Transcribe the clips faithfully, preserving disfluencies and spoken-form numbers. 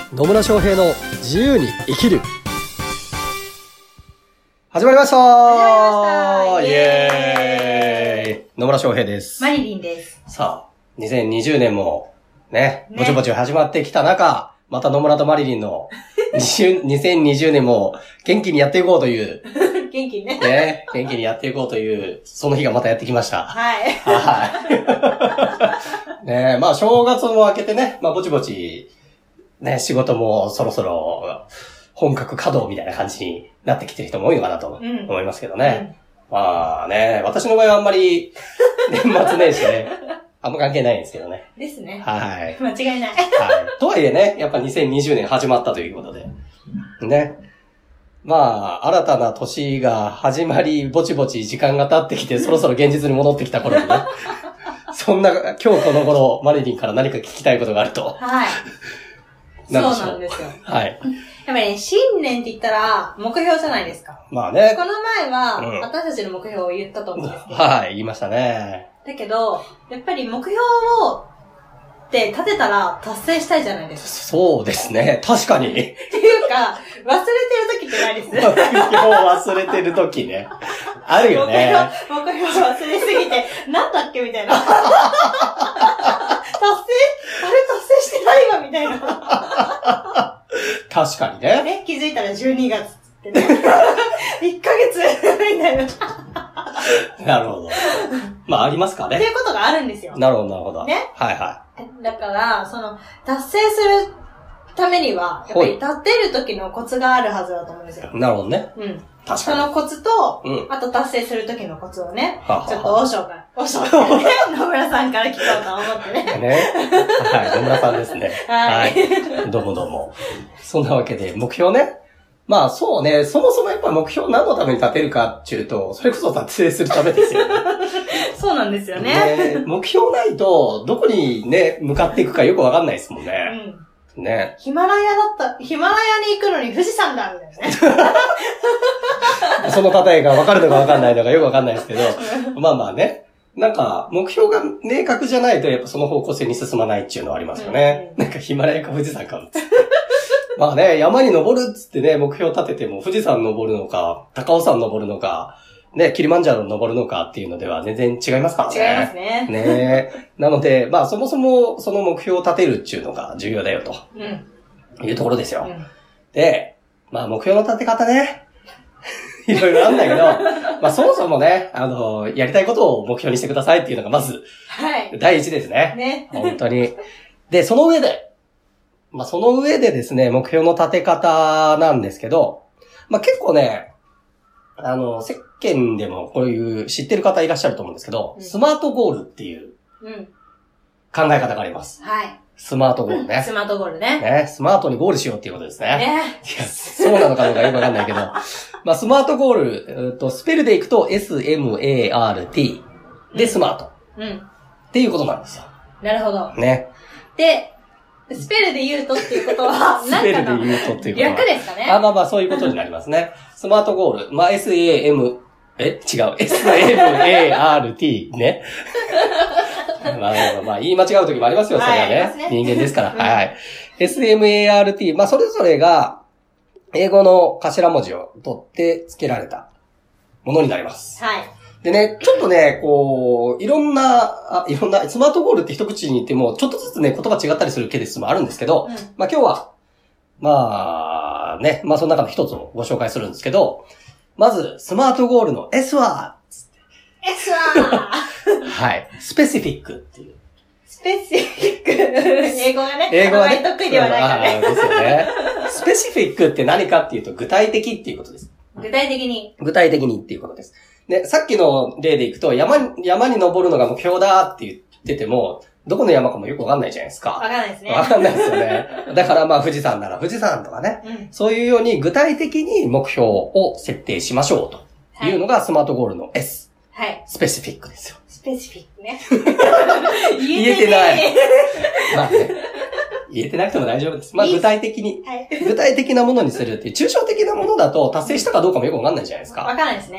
野村翔平の自由に生きる。始まりましたー。 始まりました。 イエーイ。野村翔平です。 マリリンです。 さあ、にせんにじゅうねんもね、 ねぼちぼち始まってきた中、また野村とマリリンのにせんにじゅうねんも元気にやっていこうという。 元気ね。 ね、元気にやっていこうという、その日がまたやってきました。 はい。 はい。ね、まあ正月も明けてね、まあぼちぼち、ね、仕事もそろそろ本格稼働みたいな感じになってきてる人も多いのかなと思いますけどね。うん、まあね、私の場合はあんまり年末年始ね、あんま関係ないんですけどね。 ですね。 はい。 間違いない。 はい。とはいえね、やっぱにせんにじゅうねん始まったということで。ね。まあ、新たな年が始まり、ぼちぼち時間が経ってきて、そろそろ現実に戻ってきた頃にね。そんな、今日この頃、マリリンから何か聞きたいことがあると。 はい。そうなんですよ。 はい。 やっぱりね、新年って言ったら、目標じゃないですか。 まあね。 この前は、 うん、 私たちの目標を言ったと思うんですけど。 はい、言いましたね。 だけど、やっぱり目標を、って立てたら達成したいじゃないですか。 そうですね。確かに。っていうか、忘れてる時ってないです。 目標忘れてる時ね。あるよね。 目標、目標忘れすぎて、なんだっけみたいな。達成あれ達成してないわみたいな。 確かにね。 ね、気づいたらじゅうにがつってね。いっかげつみたいな。 なるほど。まあ、ありますかね。 っていうことがあるんですよ。 なるほど、なるほど。 ね。 はいはい。 だから、その、達成するためには、やっぱり立てる時のコツがあるはずだと思うんですよ。 なるほどね。 うん。 確かに。 そのコツと、うん、あと達成する時のコツをね、ははちょっと王将が、王将がね、野村さんから聞こうと思ってね。 ね。はい、野村さんですね。 はい。 はい。どうもどうも。そんなわけで、目標ね。まあそうね、そもそもやっぱ目標何のために立てるかっていうと、それこそ達成するためですよね。 そうなんですよね。 ね、目標ないと、どこにね、向かっていくかよくわかんないですもんね。うん。ね。 ヒマラヤだった、ヒマラヤに行くのに富士山だみたいなね。 その例えがわかるのかわかんないのかよくわかんないですけど、まあまあね。なんか、目標が明確じゃないと、やっぱその方向性に進まないっていうのはありますよね。うん、なんかヒマラヤか富士山か。まあね、山に登るっつってね、目標立てても、富士山登るのか、高尾山登るのか、ね、キリマンジャロ登るのかっていうのでは全然違いますからね。 違いますね。 ねなので、まあそもそもその目標を立てるっていうのが重要だよと。うん。いうところですよ。うん、で、まあ目標の立て方ね。いろいろあるんだけど、まあそもそもね、あの、やりたいことを目標にしてくださいっていうのがまず、はい。第一ですね。 ね。 本当に。で、その上で、まあ、その上でですね、目標の立て方なんですけど、まあ、結構ね、あの、世間でもこういう知ってる方いらっしゃると思うんですけど、うん、スマートゴールっていう考え方があります。 はい。 スマートゴールね。 スマートゴールね。 ね、スマートにゴールしようっていうことですね。 ね。 いや、そうなのかどうかよくわかんないけど、まあ、スマートゴール、えっと、スペルでいくと エスエムエーアールティー でスマート。うん。っていうことなんですよ。 なるほど。 ね。 で、スペルで言うとっていうことは、 スペルで言うとっていうことは。 略ですかね。 あ、まあまあそういうことになりますね。スマートゴール。まあ エスエーエム、え違う。エスエムエーアールティー ね。まあまあまあ言い間違う時もありますよ、それはね。はい、ね人間ですから。はい。エスエムエーアールティー。まあそれぞれが、英語の頭文字を取って付けられたものになります。 はい。 でね、ちょっとね、こう、いろんな、あ、いろんな、スマートゴールって一口に言っても、ちょっとずつね、言葉違ったりするケースもあるんですけど、うん、まあ今日は、まあね、まあその中の一つをご紹介するんですけど、まず、スマートゴールの S は、 S ははい、スペシフィックっていう。 スペシフィック。英語がね、 英語はね、 得意ではないからね。 ですよね。スペシフィックって何かっていうと、具体的っていうことです。 具体的に。 具体的にっていうことです。で、さっきの例でいくと、山、山に登るのが目標だって言ってても、どこの山かもよくわかんないじゃないですか。 わかんないですね。 わかんないですよね。だからまあ富士山なら富士山とかね、うん。そういうように具体的に目標を設定しましょうというのがスマートゴールの S。 はい。 スペシフィックですよ。 スペシフィックね。 言えてない。まあね。言えてなくても大丈夫です。まあ具体的に、はい、具体的なものにするっていう、抽象的なものだと達成したかどうかもよくわかんないじゃないですか。 わかんないですね。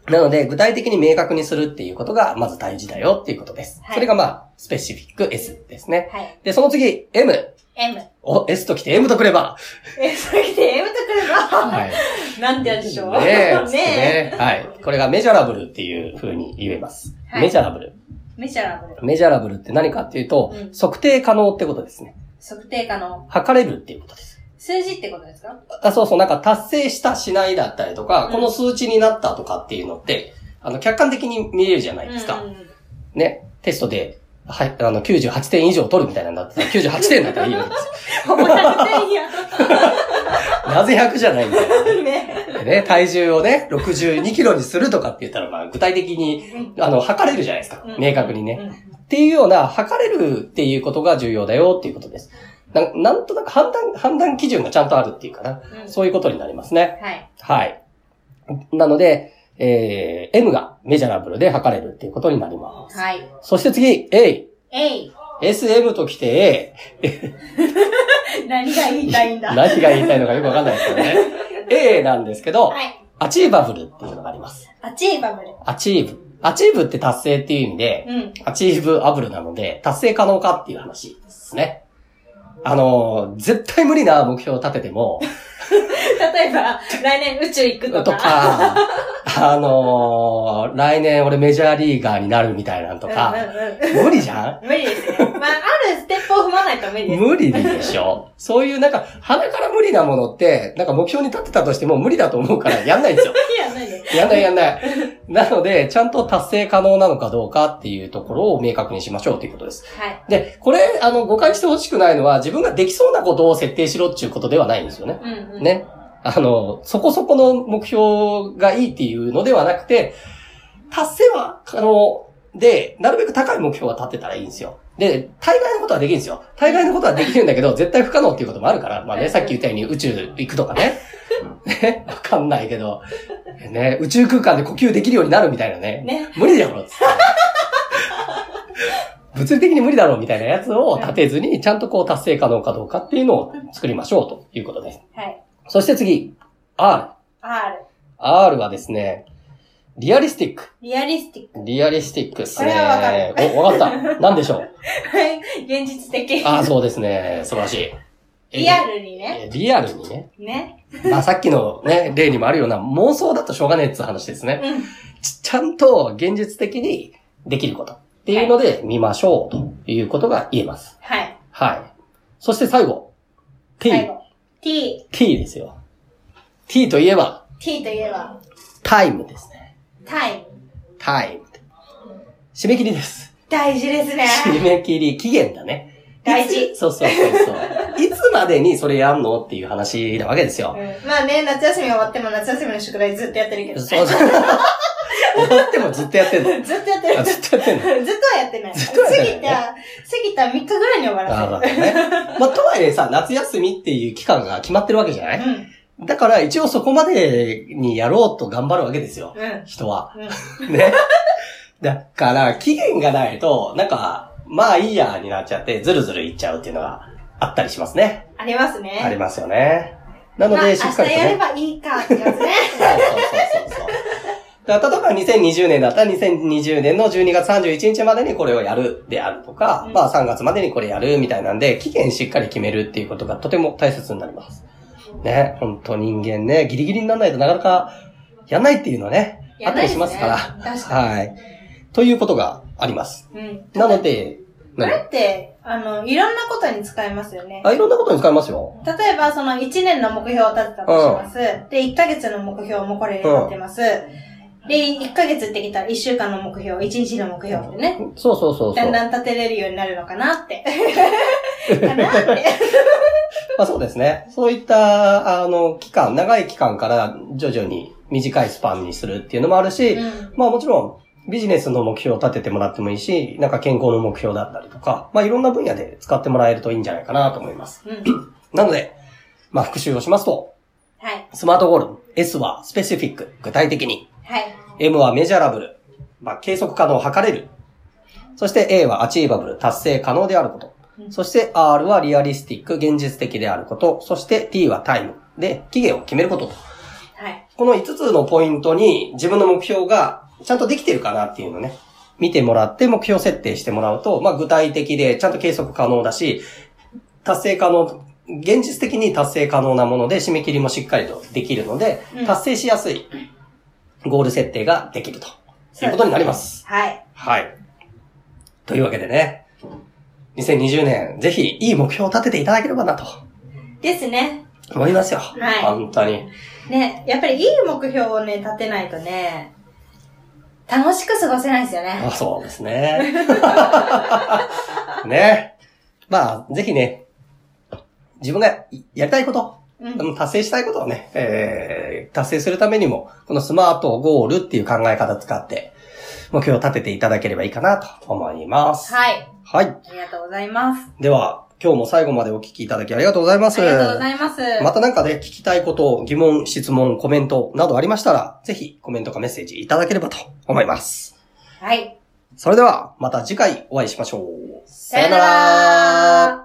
なので、具体的に明確にするっていうことが、まず大事だよっていうことです。はい、それがまあ、スペシフィック S ですね。はい、で、その次、M。 M。 お、S と来て M とくれば。 S と来て M とくれば。はい。なんてやるでしょう。 ねえ。ねえ。はい。これがメジャラブルっていう風に言えます。はい、メジャラブル。 メジャラブル。 メジャラブルって何かっていうと、うん、測定可能ってことですね。 測定可能。 測れるっていうことです。 数字ってことですか？ あ、そうそう。なんか達成したしないだったりとか、うん、この数値になったとかっていうのって、あの、客観的に見えるじゃないですか。うんうん、ね。テストで、はい、あの、きゅうじゅうはちてん以上取るみたいなんだったら、きゅうじゅうはちてんだったらいいわけですよ。ほぼひゃくてんや。なぜひゃくじゃないんだよね。ね。ね、体重をね、ろくじゅうにキロにするとかって言ったら、まあ、具体的に、あの、測れるじゃないですか。明確にね。うんうん、っていうような、測れるっていうことが重要だよっていうことです。な, なんとなく判断、判断基準がちゃんとあるっていうかな。うん、そういうことになりますね。はい。はい。なので、えー、M がメジャラブルで測れるっていうことになります。はい。そして次、A。 A。 エスエム ときて A。 何が言いたいんだ何が言いたいのかよくわかんないですけどね。A なんですけど、はい、アチーバブルっていうのがあります。 アチーバブル。 アチーブ。アチーブって達成っていう意味で、うん、アチーブアブルなので、達成可能かっていう話ですね。あの、絶対無理な目標を立てても、 例えば、来年宇宙行くとか。とか、あのー、来年俺メジャーリーガーになるみたいなのとか、うんうんうん、無理じゃん？無理ですね。まあ、あるステップを踏まないと無理です。 無理でしょ。そういうなんか、鼻から無理なものって、なんか目標に立てたとしても無理だと思うからやんないんですよ。 やんないね。 やんないやんない。なので、ちゃんと達成可能なのかどうかっていうところを明確にしましょうということです。はい。で、これ、あの、誤解してほしくないのは、自分ができそうなことを設定しろっていうことではないんですよね。うんうん、ね。あの、そこそこの目標がいいっていうのではなくて、達成は可能で、なるべく高い目標は立てたらいいんですよ。で、大概のことはできるんですよ。大概のことはできるんだけど、絶対不可能っていうこともあるから、まあね、さっき言ったように宇宙行くとかね。ね、わかんないけど、ね、宇宙空間で呼吸できるようになるみたいなね。ね。無理だろ、つって。物理的に無理だろうみたいなやつを立てずに、ちゃんとこう達成可能かどうかっていうのを作りましょうということです。はい。そして次、R。 R。 R はですね、リアリスティック。 リアリスティック。 リアリスティックっすね。 これはわかる。 お、わかった。何でしょう？はい 。現実的。 ああ、そうですね。素晴らしい。リアルにね。 リアルにね。 ね。 まあさっきのね、例にもあるような妄想だとしょうがねえって話ですね。うん。ち、ちゃんと現実的にできることっていうので見ましょうということが言えます。 はい。 はい。そして最後。T。 最後。T。 T ですよ。T といえば。 T といえば。 タイムですね。 タイム。 タイム。締め切りです。 大事ですね。 締め切り、期限だね。 大事。 そうそうそうそう。いつまでにそれやんのっていう話なわけですよ。 うん、まあね、夏休み終わっても夏休みの宿題ずっとやってるけどね。 そうそう。終わってもずっとやってんの。 ずっとやってる。 ずっとやってんの。 ずっとはやってない。ずっとやってない。過ぎた、過ぎたみっかぐらいに終わらせる。 ね。まあ、とはいえさ、夏休みっていう期間が決まってるわけじゃない？うん。だから一応そこまでにやろうと頑張るわけですよ。うん。人は。うん。ね。だから、期限がないと、なんか、まあいいやになっちゃって、ずるずるいっちゃうっていうのがあったりしますね。 ありますね。 ありますよね。なので、まあ、 しっかりと、ね。明日やればいいかってやつね。そうそうそうそう。 だから例えばにせんにじゅうねんだったらにせんにじゅうねんのじゅうにがつさんじゅういちにちまでにこれをやるであるとか、うん、まあさんがつまでにこれやるみたいなんで、期限しっかり決めるっていうことがとても大切になります。ね、本当人間ね、ギリギリにならないとなかなかやんないっていうのはね、あったりしますから。 確かに。 はい。ということがあります。うん。なので、 これって、あの、いろんなことに使えますよね。 あ、いろんなことに使えますよ。 例えば、そのいちねんの目標を立てたとします。うん、で、いっかげつの目標もこれで立てます。うん、で、いっかげつってきたらいっしゅうかんの目標、いちにちの目標ってね。 そうそうそうそう。 だんだん立てれるようになるのかなって。かなって。 まあそうですね。そういった、あの、期間、長い期間から徐々に短いスパンにするっていうのもあるし、うん、まあもちろん、ビジネスの目標を立ててもらってもいいし、なんか健康の目標だったりとか、まあいろんな分野で使ってもらえるといいんじゃないかなと思います。うん、なので、まあ復習をしますと、はい、スマートゴール、S はスペシフィック、具体的に、はい、M はメジャラブル、まあ計測可能、測れる、そして A はアチーバブル、達成可能であること、うん、そして R はリアリスティック、現実的であること、そして T はタイムで期限を決めることとはい。 このいつつのポイントに自分の目標がちゃんとできてるかなっていうのをね、見てもらって目標設定してもらうと、まあ具体的でちゃんと計測可能だし、達成可能、現実的に達成可能なもので締め切りもしっかりとできるので、うん、達成しやすいゴール設定ができるということになります。 はい。 はい。というわけでね、にせんにじゅうねんぜひいい目標を立てていただければなと。 ですね。 思いますよ。 はい。 本当に。 ね、やっぱりいい目標をね、立てないとね、楽しく過ごせないですよね。 あ、そうですね。ね。まあ、ぜひね、自分がやりたいこと、うん、達成したいことをね、えー、達成するためにも、このスマートゴールっていう考え方を使って、目標を立てていただければいいかなと思います。 はい。 はい。 ありがとうございます。 では、今日も最後までお聞きいただきありがとうございます。 ありがとうございます。 またなんかね、聞きたいこと、疑問、質問、コメントなどありましたら、ぜひコメントかメッセージいただければと思います。 はい。 それでは、また次回お会いしましょう。 さよなら。